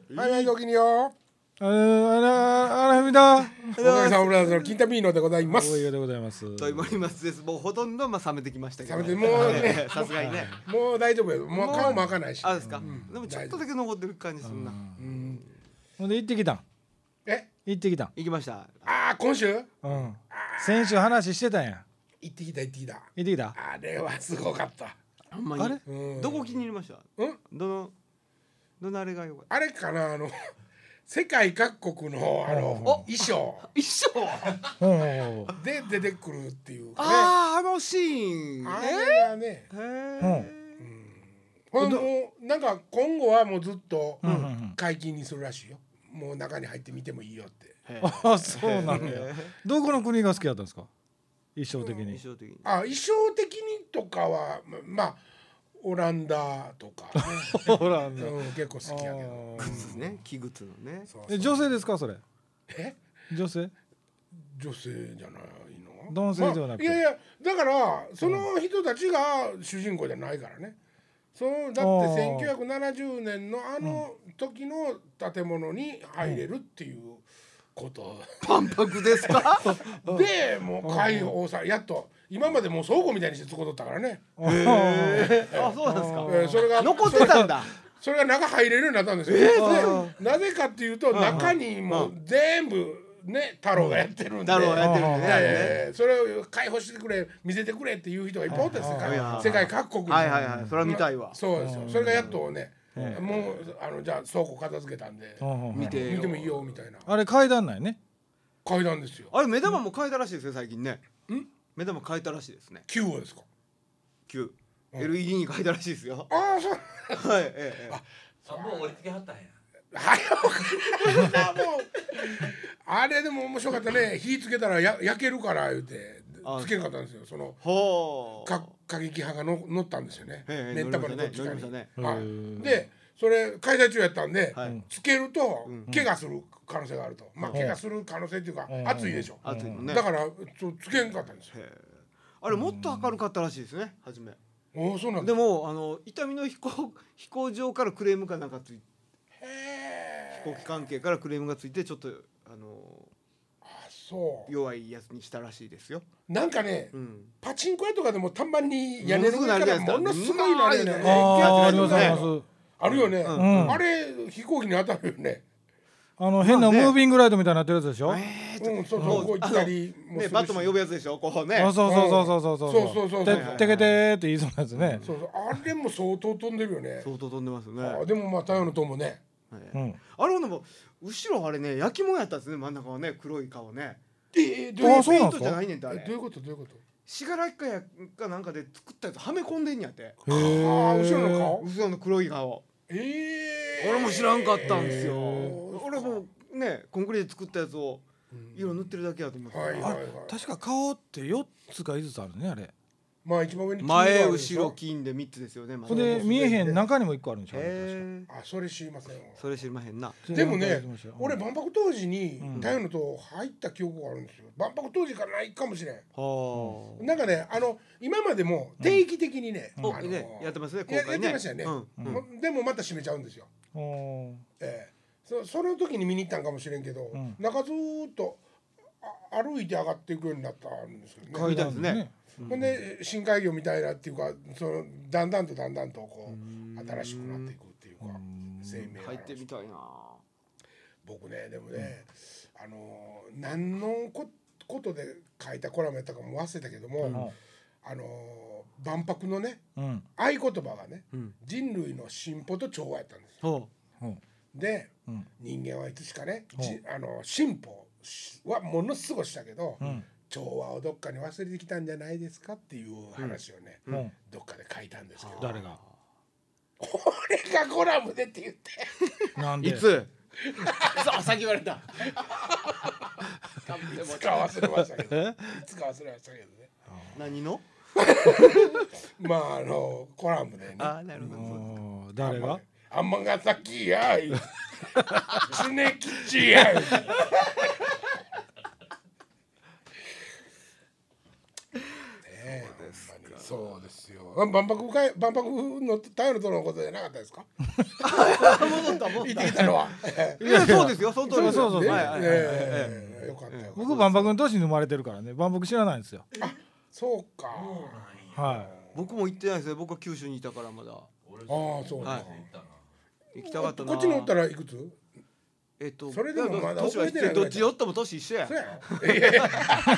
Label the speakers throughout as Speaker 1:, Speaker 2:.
Speaker 1: はいはい、ごきによ。
Speaker 2: 아랍니다.
Speaker 1: おかげさまで金田ビーノでございます。
Speaker 2: おいがでございます。
Speaker 3: とい森松です。もうほとんど冷めてきましたけど。
Speaker 1: 冷めてもうね、
Speaker 3: さすがにね。
Speaker 1: もう大丈夫よ。もう顔も開かないし。
Speaker 3: あですか。でもちょっとだけ残ってる感じするな。
Speaker 2: ほんで行ってきたん。行ってきたん。
Speaker 3: 行きました。
Speaker 1: ああ、今週？
Speaker 2: 先週話してたんや。
Speaker 1: 行ってきた。
Speaker 2: 行ってきた。
Speaker 1: あれはすごかった。
Speaker 3: あんまり。
Speaker 2: あれ？
Speaker 3: どこ気に入りました？どのあれが良かった？
Speaker 1: あれかな、世界各国の衣装で出てくるっていうかね。
Speaker 3: あのシーン。
Speaker 1: あれがね。なんか今後はもうずっと解禁にするらしいよ。もう中に入ってみてもいいよって。
Speaker 2: あ、そうなんや。どこの国が好きだったんですか？衣装的に。
Speaker 1: 衣装的にとかはまあオランダとか
Speaker 2: オランダ
Speaker 1: 結構好きやけど。
Speaker 3: 靴ね、着靴のね。
Speaker 2: 女性ですかそれ？女性
Speaker 1: じゃないの？
Speaker 2: 男性ではなくて。
Speaker 1: いやだからその人たちが主人公じゃないからね。だって1970年の時の建物に入れるっていうこと
Speaker 3: 万博ですか？
Speaker 1: でもう開放さやっと今までもう倉庫みたいにして作っとったからね。
Speaker 3: あ、そうなんですか。
Speaker 1: それが
Speaker 3: 残ってたんだ。
Speaker 1: それが中入れるようになったんですよ。なぜかっていうと中にもう全部ね、太郎がやってるんで、それを開放してくれ、見せてくれっていう人がいっぱいおったんですよ。世界各国に。
Speaker 3: それは見たいわ。
Speaker 1: そうですよ。それがやっとね、もうじゃあ倉庫片付けたんで見てもいいよみたいな。
Speaker 2: あれ階段ないね。
Speaker 1: 階段ですよ。
Speaker 3: あれ目玉も変えたらしいですよ最近ね。目玉変えたらしいですね。
Speaker 1: 9号ですか
Speaker 3: ？9 LED に変えたらしいですよ。
Speaker 1: ああ、そう。
Speaker 3: はい。
Speaker 4: もう降りてきはったんや。
Speaker 1: はい、もうあれでも面白かったね。火つけたら焼けるから言うてつけんかったんですよ。その過激派が乗ったんですよね。熱玉のどっちかに。でそれ開催中やったんで、つけると怪我する可能性があると。まあ怪我する可能性っていうか熱いでしょ。だからつけんかったんですよ。
Speaker 3: あれもっと明るかったらしいですね初め。
Speaker 1: そうなん
Speaker 3: でも伊丹の飛行場からクレームかなんかついて、飛行機関係からクレームがついてちょっと弱いやつにしたらしいですよ。
Speaker 1: なんかね、パチンコ屋とかでもたまに屋根の上からものすごいなるよね。あるよね。あれ飛行機に当たるよね。
Speaker 2: 変なムービングライトみたいになってるやつでしょ。
Speaker 1: そうこう行ったり
Speaker 3: ね、バットマン呼ぶやつでしょ。こうね。
Speaker 2: そうてけてって言いそうなやつね。
Speaker 1: あれも相当飛んでるよね。
Speaker 3: 相当飛んでますよね。
Speaker 1: でもまあ太陽の塔もね。
Speaker 3: あれも後ろあれね焼き物やったんですね。真ん中はね黒い顔ね。
Speaker 1: どう
Speaker 3: いうペイントじゃないねんってあれ。
Speaker 1: どういうこと？
Speaker 3: 信楽かなんかで作ったやつはめ込んでんやって。
Speaker 1: 後ろの顔？
Speaker 3: 後ろの黒い顔。俺も知らんかったんですよ。俺もねコンクリで作ったやつを色塗ってるだけやと思って。
Speaker 2: 確か顔って4つか5つあるねあれ。
Speaker 1: まあ一番上に
Speaker 3: 前後ろ金で3つですよね。
Speaker 2: それで見えへん中にも1個あるんでしょ。
Speaker 1: それ知りません。
Speaker 3: それ知りまへんな。
Speaker 1: でもね、俺万博当時に太陽の塔入った記憶があるんですよ。万博当時からないかもしれん。なんかね、今までも定期的にね
Speaker 3: やってますね。
Speaker 1: やってましたよね。でもまた閉めちゃうんですよ。その時に見に行ったんかもしれんけど、中ずっと歩いて上がっていくようになったんですよね。
Speaker 3: 階段ですね。
Speaker 1: ほんで深海魚みたいなっていうか、だんだんとこう新しくなっていくっていうか、生命が
Speaker 3: 入ってみたいな。
Speaker 1: 僕ね、でもね、何のことで書いたコラムやったかも忘れたけども、万博のね、合言葉がね、人類の進歩と調和やったんですよ。で、人間はいつしかね、進歩はものすごいしたけど、調和をどっかに忘れてきたんじゃないですかっていう話をね、どっかで書いたんですけど。
Speaker 2: 誰が？
Speaker 1: 俺がコラムでって言って。
Speaker 2: なんで？
Speaker 3: いつ？そう先言われた。
Speaker 1: いつか忘れましたけど。ね。
Speaker 3: 何の？
Speaker 1: まあコラムでね。
Speaker 3: なるほ
Speaker 2: ど。誰が？
Speaker 1: 尼崎やい。常吉やい。 そうですよ。万博の太陽の塔のことじゃなかったですか？
Speaker 3: 戻った
Speaker 1: 行ってきたのは。
Speaker 3: いやそうですよ、その通りですよ。
Speaker 2: そう
Speaker 1: ね
Speaker 3: はいはいはい
Speaker 1: よかったよ。
Speaker 2: 僕万博の年に生まれてるからね、万博知らないんですよ。
Speaker 1: そうか。
Speaker 2: は
Speaker 3: 僕も行ってないですね。僕は九州にいたからまだ
Speaker 4: 俺
Speaker 1: ああそうか。
Speaker 3: はい行きたかったな。
Speaker 1: こっちにおったらいくつ？それでもまだ
Speaker 3: 年は
Speaker 1: 覚えてない
Speaker 3: どっち寄っても年一緒や
Speaker 1: そう。やろ。いやいや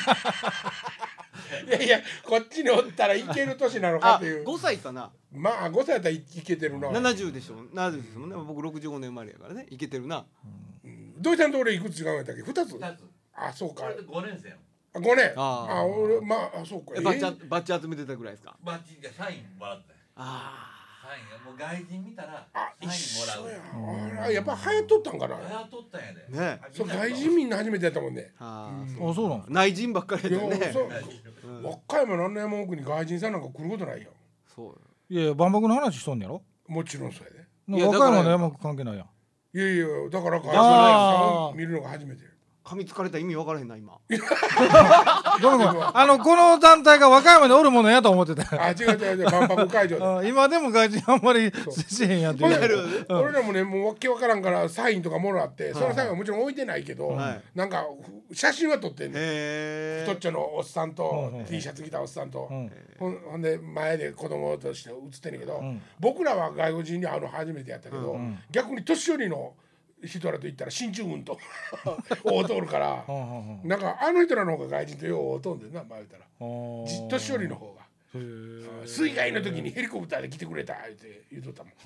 Speaker 1: いやこっちにおったらいける年なのか
Speaker 3: あ、
Speaker 1: という。
Speaker 3: 5歳かな。
Speaker 1: まあ5歳だったらいけてるな。
Speaker 3: 70でしょ。70ですもんね。僕65年生まれやからね。いけてるな。
Speaker 1: 土井さんと俺いくつ違うんやったっけ？2つ？
Speaker 4: 二つ
Speaker 1: あそうか。
Speaker 4: これで5年生やん
Speaker 1: 5年。
Speaker 3: あ
Speaker 1: 俺まあそうか。
Speaker 3: バッチ集めてたぐらいですか。
Speaker 4: バッチでサインもらったよ
Speaker 3: あ
Speaker 4: サインがもう外人見たら
Speaker 1: あ
Speaker 4: サイ
Speaker 1: 一緒
Speaker 4: ンもらう
Speaker 1: や。やっぱ流行っとったんかな。
Speaker 4: 流行っとったんやで
Speaker 3: ね
Speaker 1: そう外人みんな初めてやったもんね。
Speaker 3: あ
Speaker 2: あそうなんですか。
Speaker 3: 内人ばっかり
Speaker 1: いや
Speaker 3: やったよね。
Speaker 1: そう和歌山何年も奥に外人さんなんか来ることないよ。
Speaker 3: そう
Speaker 2: いやいや万博の話しとんねやろ。
Speaker 1: もちろんそうやで。
Speaker 3: いや
Speaker 2: 和歌山の山関係ないやん。
Speaker 1: いやいやだから外人さんを見るのが初めて。
Speaker 3: 噛みつかれた意味分からへんな今。
Speaker 2: ごめんこの団体が和歌山におるものやと思ってたよ。
Speaker 1: あ違う万博会場で。
Speaker 2: 今でも外人あんまりしへんやんって言う
Speaker 1: ほんで俺らもねもうわけわからんからサインとかもらってそのサインはもちろん置いてないけど
Speaker 3: はい
Speaker 1: なんか写真は撮ってんねん。
Speaker 3: へ
Speaker 1: 太っちょのおっさんと
Speaker 2: うん
Speaker 1: T シャツ着たおっさんと
Speaker 2: ん
Speaker 1: ほんで前で子供として写ってんねんけど
Speaker 2: ん
Speaker 1: 僕らは外国人に会うの初めてやったけど逆に年寄りの人らと言ったら進駐軍と会うとるからなんかあの人らの方が外人とよう会うとんでんな前言ったら年寄りの方が水害の時にヘリコプターで来てくれたって言うとったもん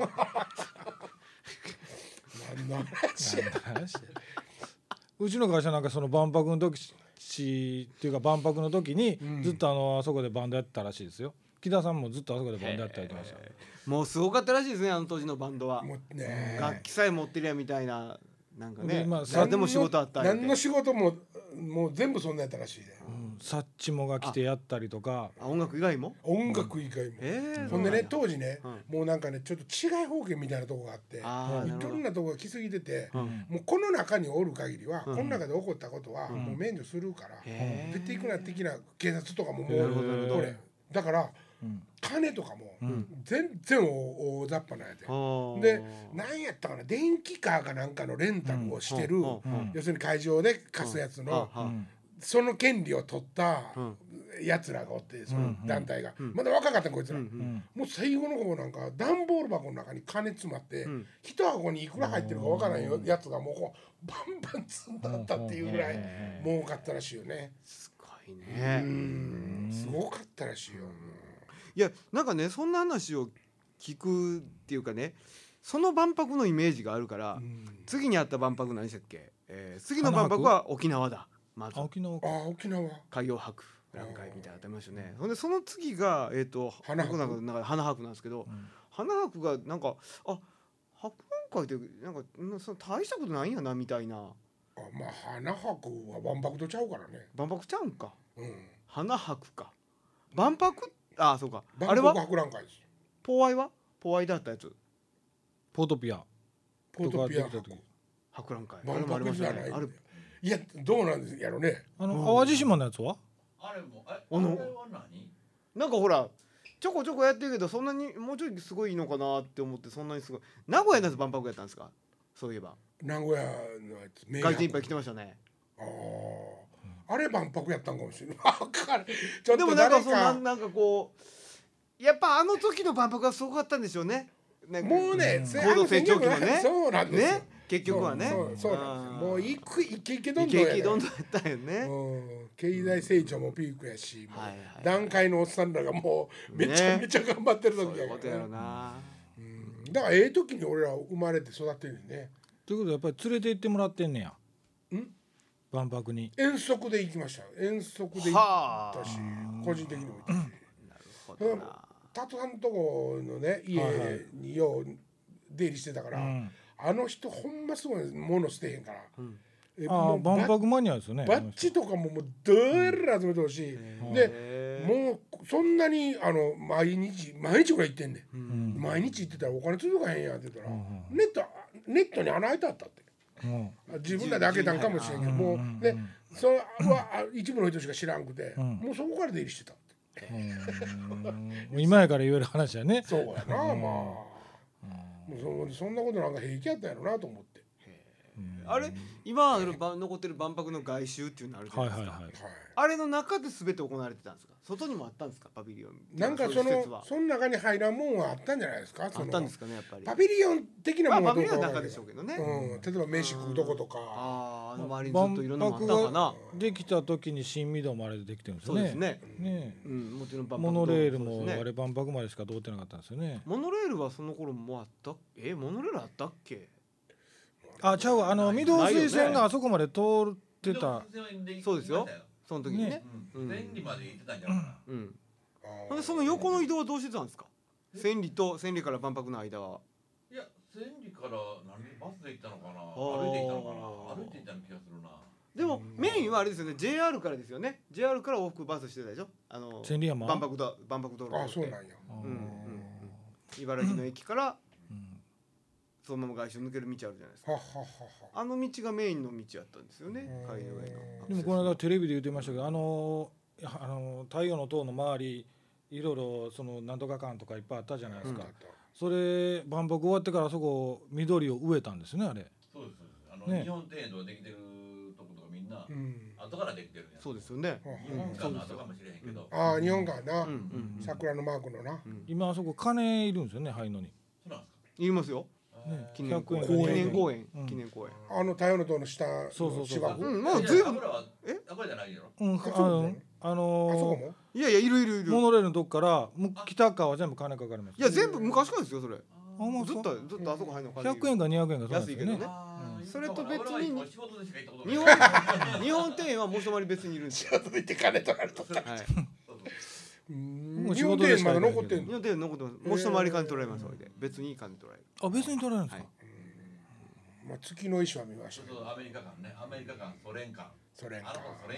Speaker 1: 何の話や
Speaker 2: うちの会社なんかその万博の時っていうか万博の時にずっとあそこでバンドやってたらしいですよ。木田さんもずっとあそこでバンドやってました。
Speaker 3: もうすごかったらしいですね、あの当時のバンドは。
Speaker 1: もうね
Speaker 3: 楽器さえ持ってりゃみたいな、なんかね
Speaker 2: でまあ
Speaker 3: 何でも仕事あったり
Speaker 1: 何の仕事ももう全部そんなやったらしいで
Speaker 2: サッチモが来てやったりとか。
Speaker 3: 音楽以外も。
Speaker 1: 音楽以外もほんでね当時ねもうなんかねちょっと違い方言みたいなとこがあっていろんなとこが来すぎててもうこの中におる限りはこの中で起こったことはもう免除するから出ていくな的な警察とかももうこれだから金とかも全然大雑把なんやで。で何やったかな電気カーかなんかのレンタルをしてる要するに会場で貸すやつのその権利を取ったやつらがおってその団体がまだ若かったこいつらもう最後の方なんか段ボール箱の中に金詰まって一箱にいくら入ってるかわからんやつがもうこうバンバン積んだったっていうぐらい儲かったらしいよね。
Speaker 3: すごいね。
Speaker 1: すごかったらしいよ。
Speaker 3: いやなんかねそんな話を聞くっていうかね、その万博のイメージがあるから次にあった万博何でしたっけ、次の万博は沖縄だ。まず
Speaker 2: 沖縄
Speaker 3: 海洋博覧会みたいなのありましたよね。ほんでその次が
Speaker 1: 花博
Speaker 3: なんか花博なんですけど、花博がなんか博覧会ってなんかその大したことないんやなみたいな。
Speaker 1: まあ花博は万博とちゃうからね。
Speaker 3: 万博ちゃうんか。
Speaker 1: うん
Speaker 3: 花博か。万博そうか。あれ
Speaker 1: 万博
Speaker 3: は
Speaker 1: 博覧会です。
Speaker 3: ポワイはポワイだったやつ。
Speaker 2: ポートピア
Speaker 1: ポートピア
Speaker 2: とかできた時
Speaker 3: 博覧会。
Speaker 1: 万博じゃない。
Speaker 3: あれ
Speaker 1: いやどうなんですやろね。
Speaker 2: 淡路島のやつは
Speaker 4: あれもあれ
Speaker 3: あの
Speaker 4: は何
Speaker 3: なんかほらちょこちょこやってるけどそんなにもうちょいすごいのかなって思ってそんなにすごい。名古屋のやつ万博やったんですか。そういえば
Speaker 1: 名古屋のやつ
Speaker 3: 外人いっぱい来てましたね。
Speaker 1: あれ万博やったんかもしれない。分かる。ちょっ
Speaker 3: でもなん
Speaker 1: と誰か
Speaker 3: かなんかこうやっぱあの時の万博がすごかったんでしょうね。
Speaker 1: もうね
Speaker 3: 高度成長期のね。
Speaker 1: そうなんですよ。
Speaker 3: ね結局はね。
Speaker 1: そうなんですよ。もうイケイケどん
Speaker 3: イ
Speaker 1: どんやね。
Speaker 3: ケイケどんどんやったよね。
Speaker 1: 経済成長もピークやし、もう
Speaker 3: はいはい
Speaker 1: 段階のおっさんらがもうめちゃめちゃ頑張ってる
Speaker 3: そういう
Speaker 1: 時やからね。
Speaker 3: ことやろな。
Speaker 1: だからええ時に俺ら生まれて育ってるね。
Speaker 2: ということでやっぱり連れて行ってもらってんねや万博に。
Speaker 1: 遠足で行きました。遠足で行ったし、個人的にも行ったし。
Speaker 3: なるほどな。
Speaker 1: タトさんとこのね家によう出入りしてたから、あの人ほんますごい物捨てへんから、もう
Speaker 2: 万博マニアですよね。
Speaker 1: バッジとかももうどえら集めてほしい、でもうそんなに毎日ぐらい行ってんねん、毎日行ってたらお金続かへんやんって言ったら、ネットに穴開いてあったって、自分らで開けたんかもしれんけど、もうでそれは一部の人しか知らんくて、もうそこから出入りしてたって。
Speaker 2: 今やから言える話やね。
Speaker 1: そうやな、まあもうそんなことなんか平気やったんやろなと思って。
Speaker 3: あれ今残ってる万博の外周っていうのあるじゃないですか、
Speaker 1: はい、
Speaker 3: あれの中で全て行われてたんですか？外にもあったんですか？パビリオン
Speaker 1: なんかその中に入らんもんはあったんじゃないですか？
Speaker 3: あったんですかね、やっぱり
Speaker 1: パビリオン的なものは
Speaker 3: パビリオンの中でしょうけどね、
Speaker 1: 例えば飯食うとことか、
Speaker 3: あの周りにずっといろんなのもあったのかな。
Speaker 2: できた時に新御堂もあれでできてるんですよね。
Speaker 3: そうですね。もちろん万博
Speaker 2: モノレールもあれ万博までしか通ってなかったんですよね。
Speaker 3: モノレールはその頃もあった？モノレールあったっけ？
Speaker 2: ちゃうわ、御堂水線があそこまで通ってた。
Speaker 3: そうですよ、その時にね。
Speaker 4: 千里まで行ってたんじゃないか
Speaker 3: な。でその横の移動はどうしてたんですか？千里から万博の間は。
Speaker 4: いや、千里からバスで行ったのかな、歩いて行ったのかな、歩いて行った気がするな。
Speaker 3: でもメインはあれですよね、 JR からですよね。 JR から往復バスしてたでしょ、
Speaker 2: 千里山
Speaker 3: 万博道路。
Speaker 1: あ、そうなんや。
Speaker 3: 茨城の駅からそのまま外周抜ける道あるじゃないですか。あの道がメインの道やったんですよね、海上への。
Speaker 2: でもこの間テレビで言ってましたけど、太陽の塔の周りいろいろそのなんとか館とかいっぱいあったじゃないですか。それ万博終わってからそこ緑を植えたんですね、あれ。
Speaker 4: そうです。日本庭園とかできてるとことかみんな後からできてるんや。
Speaker 3: そうですよね。
Speaker 4: 日本館の後かもしれへんけど。
Speaker 1: ああ、日本館な、桜のマークのな。
Speaker 2: 今あそこ金いるんですよね、入るのに。
Speaker 4: そうなんですか。
Speaker 3: いりますよ。記念公園。
Speaker 1: 太陽の塔の下の芝生。
Speaker 3: もう随分。
Speaker 4: あこれじゃないよ。
Speaker 1: あそこも。
Speaker 3: いやいる。
Speaker 2: モノレールのとこから北側は全部金かかります。
Speaker 3: いや全部昔からですよそれ。ずっとあそこ入るの。
Speaker 2: 100円か200円か
Speaker 3: 安いけどね。それと別に日本庭園はもう一回り別にいるんですよ。
Speaker 1: 仕事行って金取られとった。
Speaker 2: もう
Speaker 1: 日本庭園まだ残ってんの。
Speaker 3: 日本庭園残ってます。もう一回り金取られます。それで別に金取られる。
Speaker 2: あ、別に取られるんですか。
Speaker 1: まあ月の石は見ました。
Speaker 4: アメリカ館ね、アメリカ館、ソ連館。ソ連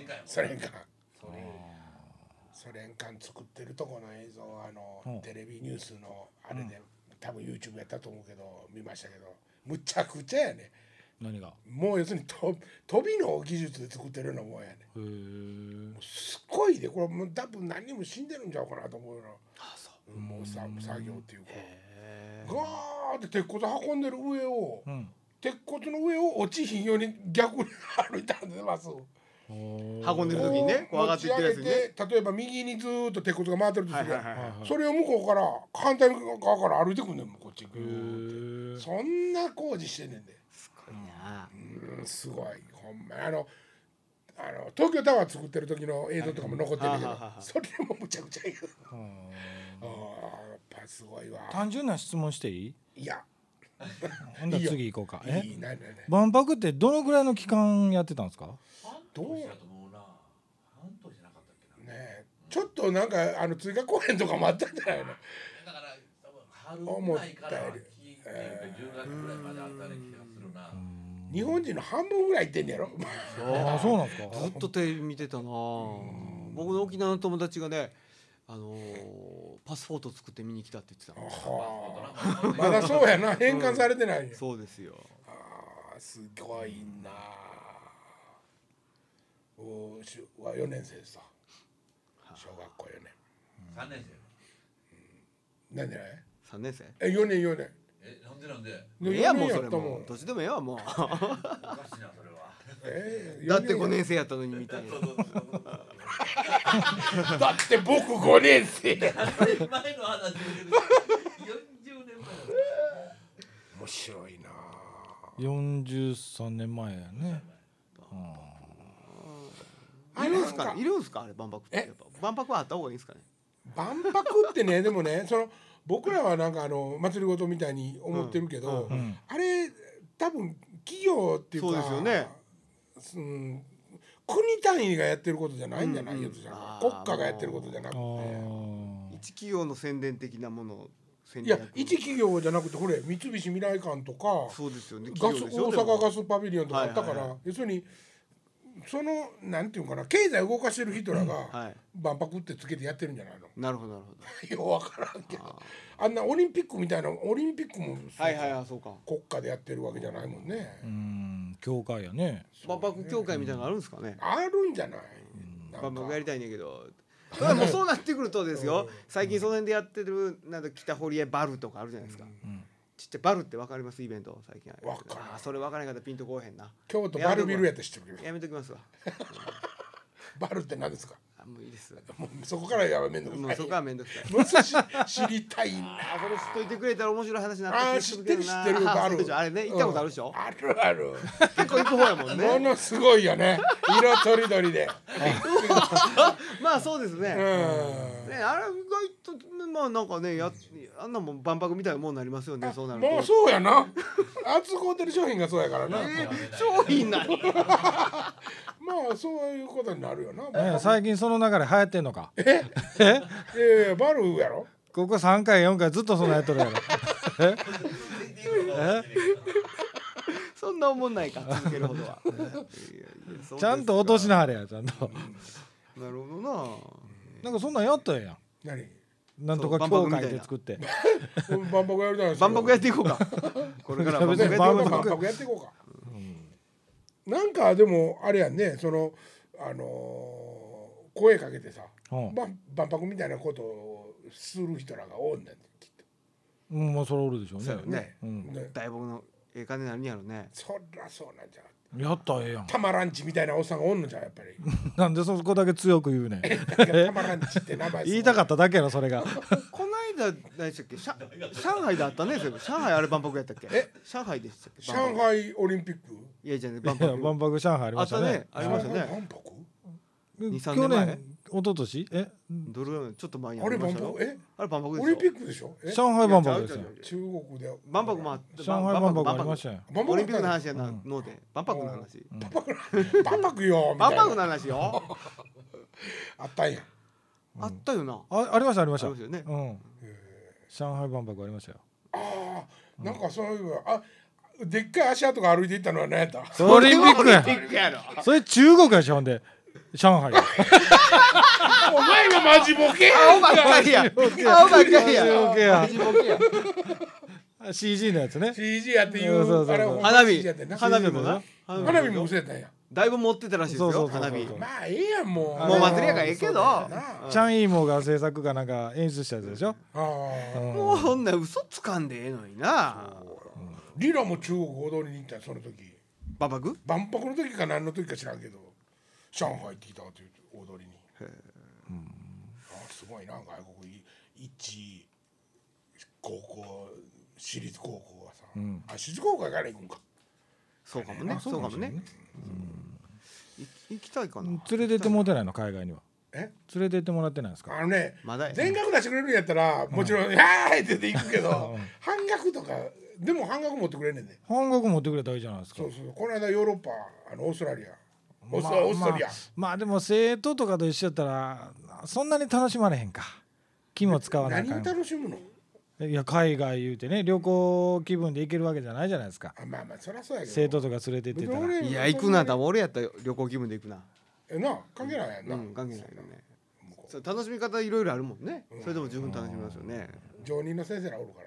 Speaker 1: 館作ってるとこの映像、テレビニュースのあれで多分 YouTube やったと思うけど見ましたけど、むちゃくちゃやね。
Speaker 2: 何が？
Speaker 1: もう要するに飛びの技術で作ってるようなもんやね。すごいで、これもう多分何人も死んでるんちゃうかなと思うよな。もう作業っていうかガーって鉄骨運んでる上を、鉄骨の上を落ちひんように逆に歩いたんでます
Speaker 3: 運んでる時にね、こう上がっていってるやつにね。
Speaker 1: 例えば右にずーっと鉄骨が回ってるとするやん。それを向こうから反対側から歩いてくんねん、こっちに。そんな工事してんねんで。
Speaker 3: すごいな。
Speaker 1: すごい。ほんま東京タワー作ってる時の映像とかも残ってるけど、それもむちゃくちゃいい。やっぱすごいわ。
Speaker 2: 単純な質問していい？
Speaker 1: いや。
Speaker 2: ほんだ次行こうか。
Speaker 1: 万
Speaker 2: 博ってどのぐらいの期間やってたんですか？
Speaker 1: どうやと思うな。半年なかったっけな。ね、ちょっとなんか追加公演とかもあったんじゃないの。だから春ぐらいから10月ぐらいまであった気がするな。日本人の半分ぐらい行ってんねやろ。
Speaker 2: あ、そうなんですか。
Speaker 3: ずっとテレビ見てたな。僕の沖縄の友達がね、パスポート作って見に来たって言って
Speaker 1: た。まだそうやな、返還されてない。
Speaker 3: そうですよ。
Speaker 1: すごいな。は4年生でさ、小学校4年。
Speaker 4: 3年生。
Speaker 1: 何で
Speaker 3: ？3年生
Speaker 1: ？4年。
Speaker 4: なんで
Speaker 3: いやもうそれもどっちでもええわもう。
Speaker 4: おかしいなそれは。
Speaker 3: だって5年生やったのにみたいな。
Speaker 1: だって僕5年生。
Speaker 4: 前の話40年前。
Speaker 1: 面白いな。
Speaker 2: 43年前やね。
Speaker 3: いるんすかあれ万博って。万博はあった方がいいんですかね。
Speaker 1: 万博ってね、でもね、僕らはなんか祭りごとみたいに思ってるけど、あれ多分企業っていうか、
Speaker 3: そうですよね。
Speaker 1: 国単位がやってることじゃないんじゃないよ、国家がやってることじゃなくて、
Speaker 3: 一企業の宣伝的なものを。
Speaker 1: いや、一企業じゃなくて、これ三菱未来館とか、
Speaker 3: そうですよね。
Speaker 1: 大阪ガスパビリオンとかあったから、要するになんていうかな、経済動かしてる人らが万博ってつけてやってるんじゃないの。
Speaker 3: なるほどなるほど。
Speaker 1: よう分からんけど、あんなオリンピックみたいな、オリンピックも
Speaker 3: そうか、
Speaker 1: 国家でやってるわけじゃないもんね。
Speaker 2: 協会やね。
Speaker 3: 万博協会みたいなのあるんですかね。
Speaker 1: あるんじゃない。
Speaker 3: 万博やりたいねんけど、 もうそうなってくるとですよ、最近その辺でやってるなんか北堀江バルとかあるじゃないですか。ちっちゃいバルってわかります？イベント最近。
Speaker 1: わかる。
Speaker 3: それわからない方ピンとこうへんな。
Speaker 1: 京都バルビルやって知ってるけど。
Speaker 3: やめときますわ。
Speaker 1: バルって何ですか？
Speaker 3: もういいです。
Speaker 1: もうそこからやめんどくさい。
Speaker 3: もうそこはめんどくさい。
Speaker 1: もう少し知りたいな。
Speaker 3: これ知っといてくれたら面白い話になった気がするけどな。
Speaker 1: 知ってるバル。
Speaker 3: あれね、行ったことあるでしょ。
Speaker 1: あるある。
Speaker 3: 結構行く方やもんね。
Speaker 1: ものすごいよね。色とりどりで。
Speaker 3: まあそうですね。ね、あれ意外とまあなんかね、あんなもん万博みたいなもんになりますよね。そうなると。
Speaker 1: もうそうやな。扱うてる商品がそうやからな。
Speaker 3: 商品なに。
Speaker 1: まあそういうことになるよな。
Speaker 2: 最近その流れ流行ってんのか。
Speaker 1: バルやろ。
Speaker 2: ここ3回4回ずっとそんなやっとるやろ。
Speaker 3: そんな思んないか続けるほどは。
Speaker 2: ちゃんと落としなはれやちゃんと。
Speaker 3: なるほどな。
Speaker 2: なんかそんなんやったらええやん。
Speaker 1: 何？
Speaker 2: なんとか協会で作って。
Speaker 1: 万博やるじゃないですか。
Speaker 3: 万博やっていこうか。これから万博
Speaker 1: やっていこうか。なんかでもあれやんね、その声かけてさ、万博みたいなことをする人らが多いんだよきっと。
Speaker 2: もうそれおるでしょう
Speaker 3: ね。大僕のええ金なんやろね。
Speaker 1: そりゃそうなんじゃ。
Speaker 2: やったらええやん。
Speaker 1: タマランチみたいなおっさんがおんのじゃんやっぱり。
Speaker 2: なんでそこだけ強く言うねん。
Speaker 1: タマランチって名前。
Speaker 2: 言いたかっただけやろそれが。
Speaker 3: この間何でしたっけ？上海であったね。上海あれ万博やったっけ？上海でしたっけ？
Speaker 1: 上海オリンピック？
Speaker 3: いやじゃね
Speaker 2: 万博上海ありましたね。
Speaker 3: ありましたね。
Speaker 1: 万博
Speaker 2: ？2、3年前？一昨年？
Speaker 3: どれちょっと前に
Speaker 1: あれ万博？
Speaker 3: あれ万博ですよ。
Speaker 1: オリンピックでしょ？
Speaker 2: 上海万博ですよ。
Speaker 1: 中国で
Speaker 3: 万博も
Speaker 2: 上海万博ありましたよ。
Speaker 3: オリンピックの話やなので万博の話。
Speaker 1: 万博よ。
Speaker 3: 万博の話よ。
Speaker 1: あったんや。
Speaker 3: あったよな。
Speaker 2: ありましたありました。
Speaker 3: うん。
Speaker 2: 上海万博ありましたよ。
Speaker 1: ああ、なんかそういうでっかい足跡が歩いていったのは何やった？
Speaker 2: オリンピックやろ。それ中国やしほんで上海。
Speaker 1: お前がマジボケや。
Speaker 3: 青ばっかりや。青ばっかりや。マジボケや。
Speaker 2: CG のやつね。
Speaker 1: CG やっていう
Speaker 3: 花火
Speaker 2: もな。
Speaker 1: 花火も嘘やったんや。
Speaker 3: だいぶ持ってたらしいですよ花火。
Speaker 1: まあええやんもう。
Speaker 3: もう祭りやからええけど。
Speaker 2: チャンイーモが制作かなんか演出したやつでしょ。
Speaker 3: もうそんな嘘つかんでええのにな。
Speaker 1: リラも中国踊りに行ったその時。
Speaker 3: 万博？
Speaker 1: 万博の時か何の時か知らんけど上海って来たっていう踊りに。すごいな外国一高校私立高校がさ、私立高校から行くんか。
Speaker 3: そうかもね。そうかもね。行きたいかな。
Speaker 2: 連れてってもらってないの海外には。
Speaker 1: 連
Speaker 2: れてってもらってないんですか。
Speaker 1: 全額出してくれるんやったらもちろん「はい!」って言って行くけど半額とかでも半額持ってくれんねんで。
Speaker 2: 半額持ってくれたらいいじゃないですか。
Speaker 1: そうこの間ヨーロッパオーストラリアオーストリア。
Speaker 2: まあでも生徒とかと一緒やったらそんなに楽しまれへんか。気も使わないかん。
Speaker 1: 何を楽しむの？
Speaker 2: いや海外言うてね旅行気分で行けるわけじゃないじゃないですか。
Speaker 1: まあそりゃそうやけど
Speaker 2: 生徒とか連れて行ってたら。
Speaker 3: いや行くな、俺やったら旅行気分で行くな。
Speaker 1: 関係ないやんな。
Speaker 3: 関係ないよね。楽しみ方いろいろあるもんね。それでも十分楽しみますよね。
Speaker 1: 常任の先生らおるから。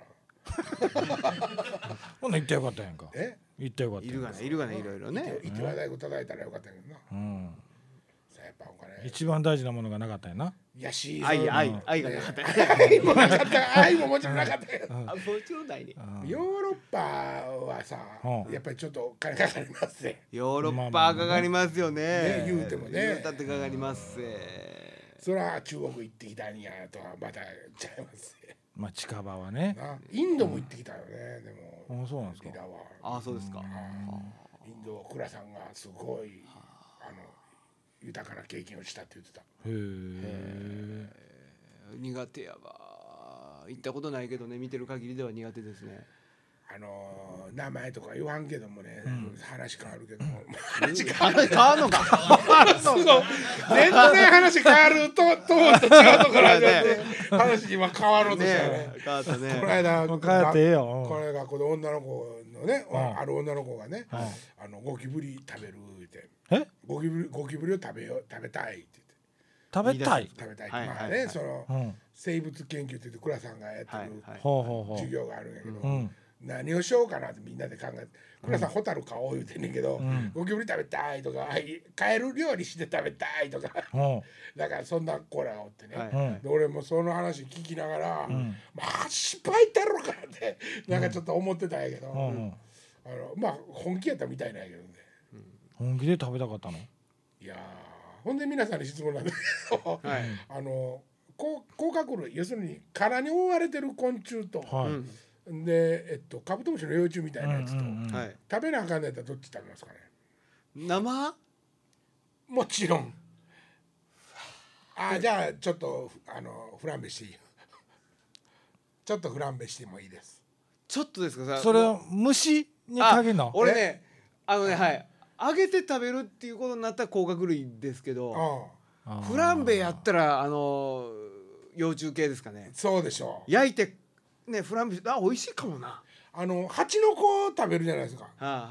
Speaker 2: ほんな行ってよかったやんか。行ってよかった。
Speaker 3: いるがねいろいろね。
Speaker 1: 行って話題を叩いたらよかったけどな。やっぱお金。
Speaker 2: 一番大事なものがなかったんやな。
Speaker 1: いや
Speaker 3: 愛がなかった。
Speaker 1: 愛ももちろんなかったけど。
Speaker 3: もちろんないね。
Speaker 1: ヨーロッパはさ、やっぱりちょっと金かかりますね。
Speaker 3: ヨーロッパかかりますよね。
Speaker 1: 言うてもね。
Speaker 3: 言うたってかかります。
Speaker 1: それは中国行ってきたんやとはまたちゃいますね。
Speaker 2: まあ近場はね。
Speaker 1: インドも行ってきたよね。でも。
Speaker 2: そうなんですか。
Speaker 3: あ、そうですか。
Speaker 1: インド倉さんがすごい豊かな経験をしたって言ってた。
Speaker 3: 苦手やわ。行ったことないけどね、見てる限りでは苦手ですね。
Speaker 1: 名前とか言わんけどもね、話変わるけども
Speaker 3: 話変わるのか
Speaker 1: 全然話変わると違うところ始まって話今変わろうとしたよね。
Speaker 3: 変わったね。
Speaker 1: この間
Speaker 2: 変わってええよ。
Speaker 1: この間学校で女の子のね、ある女の子がね、ゴキブリ食べるってゴキブリを食べたいって言って。
Speaker 2: 食べたい。
Speaker 1: まあね、その生物研究って言って倉さんがやってる授業があるんやけど、 何をしようかなってみんなで考えて倉さんホタル買おう言うてんねんけど、ゴキブリ食べたいとかカエル料理して食べたいとかだからそんな子らがおってね、で俺もその話聞きながら、まあ失敗だろうかってなんかちょっと思ってたんやけど、まあ本気やったみたいなんやけどね、
Speaker 2: 本気で食べたかったの？
Speaker 1: いやほんで皆さんに質問なんだけど、甲殻類要するに殻に覆われてる昆虫と、でカブトムシの幼虫みたいなやつと、食べなあかんのやったらどっち食べますかね？
Speaker 3: 生？
Speaker 1: もちろん。じゃあちょっとフランベしていい？ちょっとフランベしてもいいです。
Speaker 3: ちょっとですか？
Speaker 2: それは虫にかけんの？
Speaker 3: 俺ね揚げて食べるっていうことになったら甲殻類ですけど、フランベやったら幼虫系ですかね。
Speaker 1: そうでしょう。
Speaker 3: 焼いてねフランベ美味しいかもな。
Speaker 1: 蜂の子食べるじゃないですか。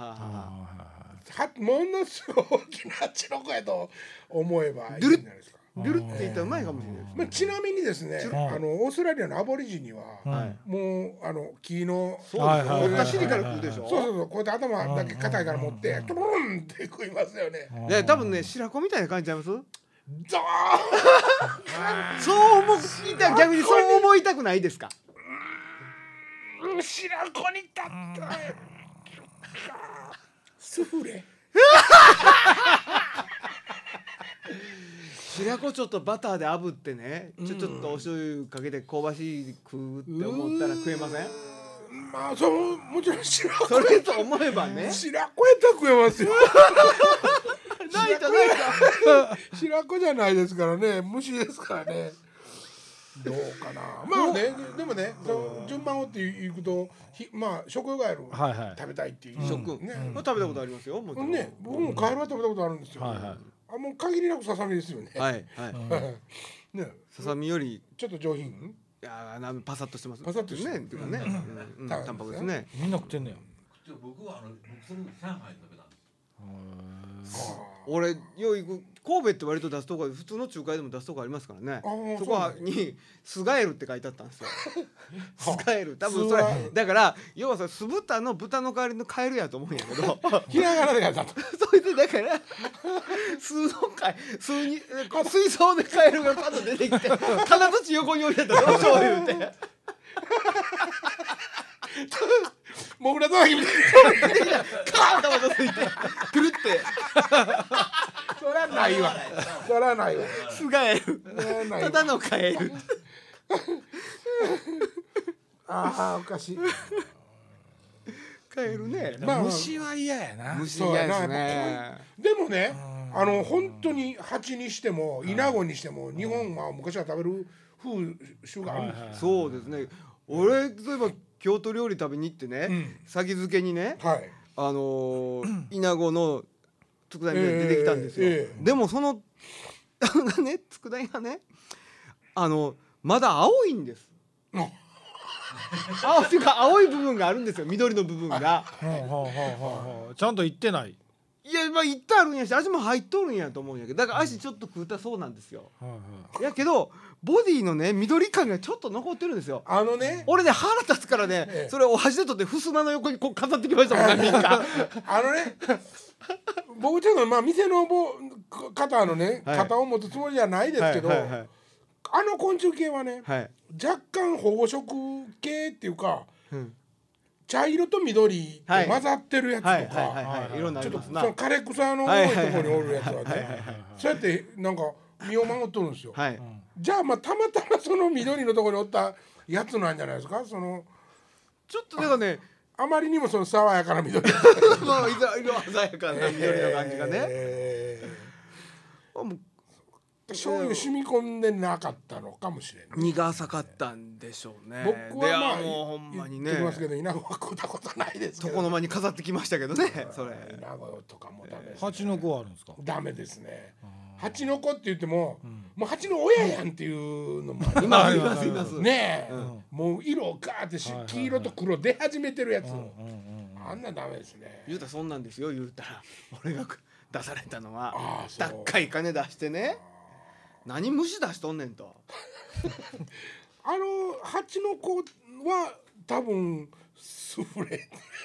Speaker 1: ものすごい大きな蜂の子やと思えばいいんじゃないですか。
Speaker 3: ドゥルって言ったらうまいかもしれないです。
Speaker 1: まあ、ちなみにですね、オーストラリアのアボリジニは、もう木の
Speaker 3: 折った尻から食うでしょ。
Speaker 1: そうこうやって頭だけ硬いから持ってトロンって食いますよね。
Speaker 3: で多分ね白子みたいな感じちゃいます？
Speaker 1: ゾー
Speaker 3: そう思いた逆にそう思いたくないですか？
Speaker 1: 白子に立ったスフレ
Speaker 3: 白子ちょっとバターで炙ってねちょっとお醤油かけて香ばしい食うって思ったら食えません？
Speaker 1: まあそうもちろん白子
Speaker 3: それと思えばね
Speaker 1: 白子やったら食えますよ
Speaker 3: ないか
Speaker 1: 白子じゃないですからね虫ですからねどうかなまあねでもね順番をっていくとまあ食用ガエル食べたいっていう
Speaker 3: 食ね食べたことありますよもちろん
Speaker 1: ね僕もカエルは食べたことあるんですよもう限りなくささみですよね
Speaker 3: ねささみより
Speaker 1: ちょっと上品
Speaker 3: いやパサッとしてます
Speaker 1: パサッとして
Speaker 3: ねっていうかね淡白ですね
Speaker 2: みんな食ってんねや
Speaker 4: 僕はそれ上海で食べたんです。
Speaker 3: 俺よう行く神戸って割と出すとこ普通の中華でも出すとこありますからねそこにスガエルって書いてあったんですよスガエル多分それだから要は酢豚の豚の代わりのカエルやと思うんやけど
Speaker 1: ひらがなで書いてあった
Speaker 3: それでだから水槽でカエルがパッと出てきて金槌横に置いてたらどうしよう言うて
Speaker 1: モグラ騒ぎみたいな
Speaker 3: カーッと頭ついてくるって
Speaker 1: そらないわそらないわ
Speaker 3: スガエルただのカエル
Speaker 1: おかしい
Speaker 3: カエルね
Speaker 2: 虫は嫌やな
Speaker 3: 虫嫌ですね
Speaker 1: でもね本当に蜂にしてもイナゴにしても日本は昔は食べる風習があるんですよ
Speaker 3: そうですね俺例えば京都料理食べに行ってね先漬けにねイナゴの佃煮が出てきたんですよでもそのね佃煮がねまだ青いんですっていうか青い部分があるんですよ緑の部分が
Speaker 2: ちゃんと言ってない
Speaker 3: いやまあいってあるんやし味も入っとるんやと思うんやけどだから足ちょっと食うたそうなんですよやけどボディのね緑感がちょっと残ってるんですよ俺ね腹立つからねそれを箸で取って襖の横にこう飾ってきましたもん何人か
Speaker 1: 僕ちょっとまあ店の方のね肩を持つつもりじゃないですけど昆虫系はね若干保護色系っていうか茶色と緑と混ざってるやつとかちょっとその枯れ草の多いところにおるやつはねそうやってなんか身を守っとるんですよじゃあまあたまたまその緑のところにおったやつなんじゃないですかちょ
Speaker 3: っとだからね
Speaker 1: あまりにもその爽やかな緑
Speaker 3: 色鮮やかな緑の感じがね
Speaker 1: 醤油染み込んでなかったのかもしれない
Speaker 3: 苦さかったんでしょうね
Speaker 1: 僕はまあ
Speaker 3: もうほんまにね
Speaker 1: 言ってますけどイナゴは食ったことないですけど
Speaker 3: 床の間に飾ってきましたけどねそれ
Speaker 1: イナゴとかもダメです
Speaker 2: 蜂の子はあるんですか
Speaker 1: ダメですね蜂の子って言ってももう蜂の親やんっていうのもありますねもう色ガーって黄色と黒出始めてるやつあんなダメですね
Speaker 3: 言うたらそんなんですよ言うたら俺が出されたのは高い金出してね何虫出しとんねんと
Speaker 1: 蜂の子は多分スフレ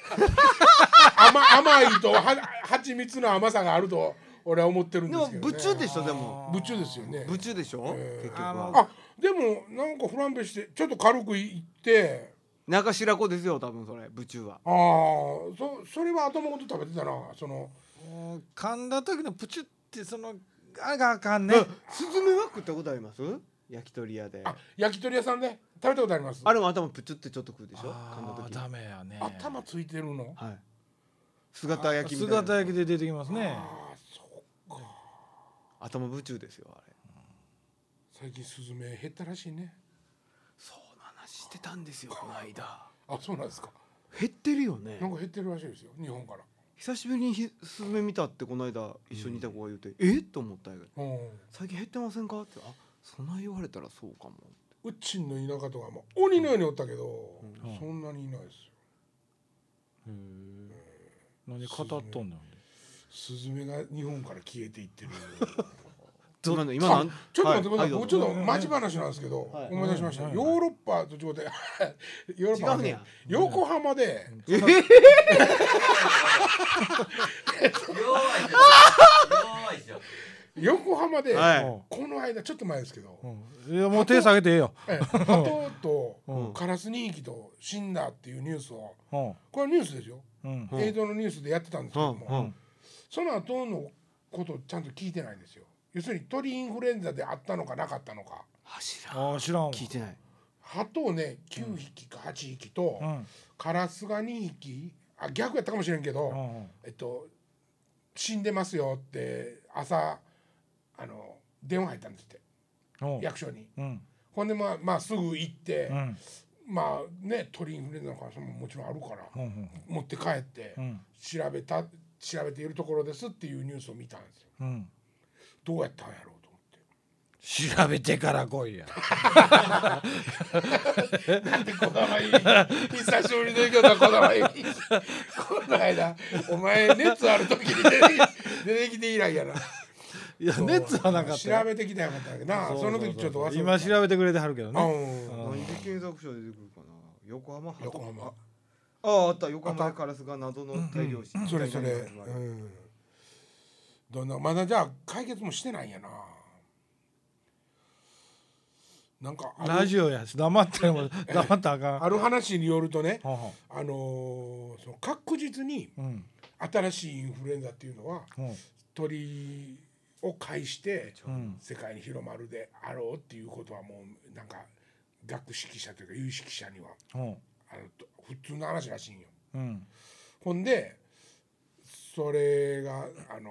Speaker 1: 甘いと蜂蜜の甘さがあると俺は思ってるん
Speaker 3: でも
Speaker 1: ですけどね。
Speaker 3: ブチュでしょ。でも
Speaker 1: ブチュですよね。
Speaker 3: ブチュでしょ、結局は。
Speaker 1: あでもなんかフランベしてちょっと軽くいって
Speaker 3: 中白子ですよ多分それブチュは。
Speaker 1: それは頭ごと食べてたな。その
Speaker 2: 噛んだ時のプチュってそのあがあかんね。
Speaker 3: スズメは食ったことあります？焼き鳥屋で。
Speaker 1: 焼き鳥屋さんで食べたことあります。
Speaker 3: あれも頭プチュってちょっと食うでしょ。噛んだ時。
Speaker 2: ダメやね。
Speaker 1: 頭ついてるの。
Speaker 3: はい。姿焼きみたいな。
Speaker 2: 姿焼きで出てきますね。
Speaker 1: そうか。
Speaker 3: 頭ブチュですよあれ。
Speaker 1: 最近スズメ減ったらしいね。
Speaker 3: そうな話してたんですよこの間。
Speaker 1: そうなんですか。
Speaker 3: 減ってるよね。
Speaker 1: なんか減ってるらしいですよ日本から。
Speaker 3: 久しぶりにスズメ見たってこの間一緒にいた子が言うて、えっと思ったんやけど、最近減ってませんかって。そんな言われたらそうかも。
Speaker 1: うちの田舎とかも鬼のようにおったけど、そんなにいないですよ。
Speaker 2: 何語っとんねん。
Speaker 1: スズメが日本から消えていってる。
Speaker 3: 今
Speaker 1: ちょっと待ってください。僕ちょっとマジ話なんですけど、思い出しました。ヨーロッパと違ってヨーロッパね、横浜で横浜でこの間ちょっと前ですけど、
Speaker 2: いやもう手下げてええよ。
Speaker 1: 鳩とカラス2匹と死んだっていうニュースを、これはニュースですよ。映像のニュースでやってたんですけども、その後のことをちゃんと聞いてないんですよ。要するに鳥インフルエンザであったのかなかったのか。
Speaker 3: 知らん。聞いてない。
Speaker 1: 鳩をね9匹か8匹と、カラスが2匹、逆やったかもしれんけど、死んでますよって朝電話入ったんですって、役所に。ほんでまあすぐ行って、まあね鳥インフルエンザの可能性ももちろんあるから、持って帰って、調べているところですっていうニュースを見たんですよ。どうやったんやろうと思って。
Speaker 2: 調べてから来いや。
Speaker 1: なんでこだわいい。久しぶりの言うことはこだわいい。この間お前熱ある時に出てきて以来やな。
Speaker 2: いや熱はなかったよ。
Speaker 1: 調べてきたやかったけどな。その時ちょっと忘れた。
Speaker 2: 今調べてくれてはるけどね。
Speaker 3: 何で検索したら出てくるかな。横浜。あった。横浜でカラスが謎の大量死。
Speaker 1: それどんなまだじゃあ解決もしてないんやな。なんか
Speaker 2: ラジオやし黙っても黙ったらあかん。
Speaker 1: ある話によるとね、その確実に新しいインフルエンザっていうのは鳥を介して世界に広まるであろうっていうことはもうなんか学識者というか有識者には普通の話らしいんよ。ほんでそれが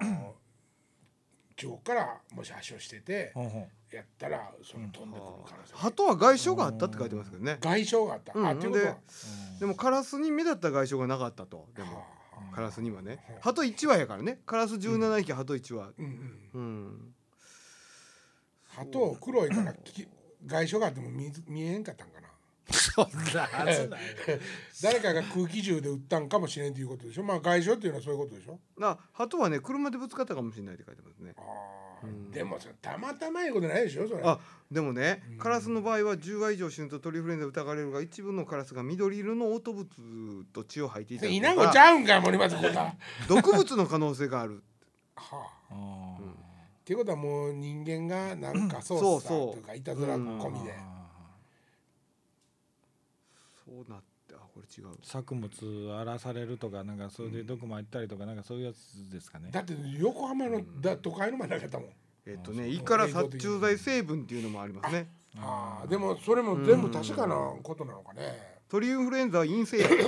Speaker 1: 中国からもし発症しててやったらその飛んでくる可能性。
Speaker 3: 鳩は外傷があったって書いてますけどね。
Speaker 1: 外傷があった。っていうことは
Speaker 3: でもカラスに目立った外傷がなかったと。でもカラスにはね、鳩1羽やからね。カラス17匹、鳩1羽。
Speaker 1: 鳩黒いから外傷があっても見えんかったんかな。
Speaker 2: そんなはずない。
Speaker 1: 誰かが空気銃で撃ったんかもしれんということでしょ。まあ外傷っていうのはそういうことでしょ。
Speaker 3: 鳩はね車でぶつかったかもしれないって書いてますね。
Speaker 1: でもそれたまたまいうことないでしょそれ。
Speaker 3: でもね、カラスの場合は10羽以上死ぬと鳥インフルエンザ疑われるが、一部のカラスが緑色の嘔吐物と血を吐いていたりとか、
Speaker 1: 稲子ちゃうんか森松君が
Speaker 3: 毒物の可能性がある。
Speaker 1: っていうことはもう人間がなんか操作とかいたずら込みで。
Speaker 3: そうなってこれ違う。
Speaker 2: 作物荒らされるとかなんかそれで毒まいったりとかなんかそういうやつですかね。
Speaker 1: だって横浜の都会の真ん中だもん。
Speaker 3: 胃から殺虫剤成分っていうのもありますね。
Speaker 1: でもそれも全部確かなことなのかね。
Speaker 3: 鳥インフルエンザは陰性やったって。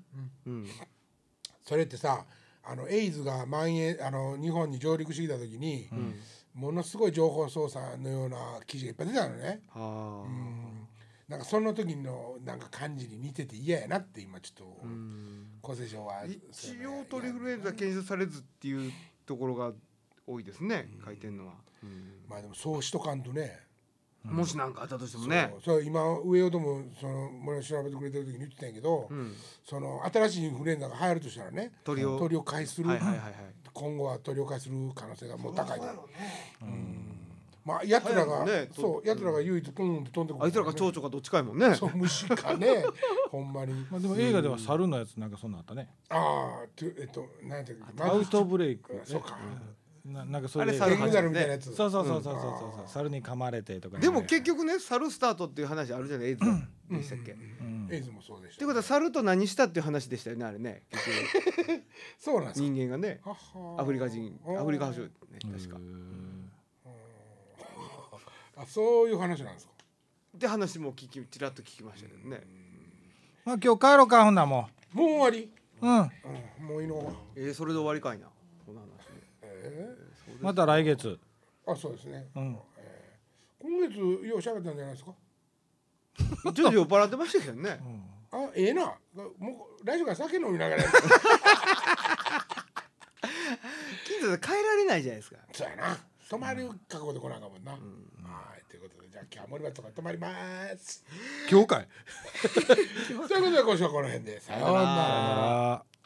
Speaker 1: それってさエイズが蔓延日本に上陸してきた時に、ものすごい情報操作のような記事がいっぱい出たのね。なんかその時のなんか感じに似てて嫌やなって今ちょっと厚生省は
Speaker 3: 一応鳥インフルエンザ検出されずっていうところが多いですね、書いてんのは。
Speaker 1: まあでもそうしとかんとね、
Speaker 3: もし何かあったとしてもね。
Speaker 1: そう今上尾とも俺調べてくれてる時に言ってたんやけど、その新しいインフルエンザが流行るとしたらね、鳥を介する今後は鳥を介する可能性がもう高い。 まあやつらが、
Speaker 3: ね、
Speaker 1: そうやつらが唯一ポンって飛んでくる、
Speaker 3: あいつらが蝶々かどっちかやもんね。
Speaker 1: そう虫かねほんまに。
Speaker 2: まあでも映画では猿のやつなんかそんなあったね。
Speaker 1: ああなんていう
Speaker 2: アウトブレイク。
Speaker 1: そうか。
Speaker 2: なんかそれ
Speaker 3: あれ猿
Speaker 1: エグザルみたいなやつ。
Speaker 2: そう猿に噛まれてとか。
Speaker 3: でも結局ね猿スタートっていう話あるじゃない、エイズでしたっけ。
Speaker 1: エイズもそうでした。
Speaker 3: ってことは猿と何したっていう話でしたよねあれね。結局
Speaker 1: そうなんですか。
Speaker 3: 人間がねアフリカ発祥ね確か。
Speaker 1: あそういう話なんですか。
Speaker 3: って話もちらっと聞きましたけどね。
Speaker 2: まあ今日帰ろうかほんなも
Speaker 1: う終わり。もういいの。
Speaker 3: それで終わりかいなこの話。
Speaker 2: また来月。
Speaker 1: あそうですね。今月よう喋ったんじゃないですか。
Speaker 3: ちょっと酔っ払ってましたけどね。
Speaker 1: あな。もう来週から酒飲みながら。
Speaker 3: 金座で帰られないじゃないですか。
Speaker 1: そうやな。泊まる覚悟で来なあかんもんな。はいということでじゃあ今日は森松とか泊まります。
Speaker 2: 今日かい。
Speaker 1: ということで今週はこの辺でさようなら。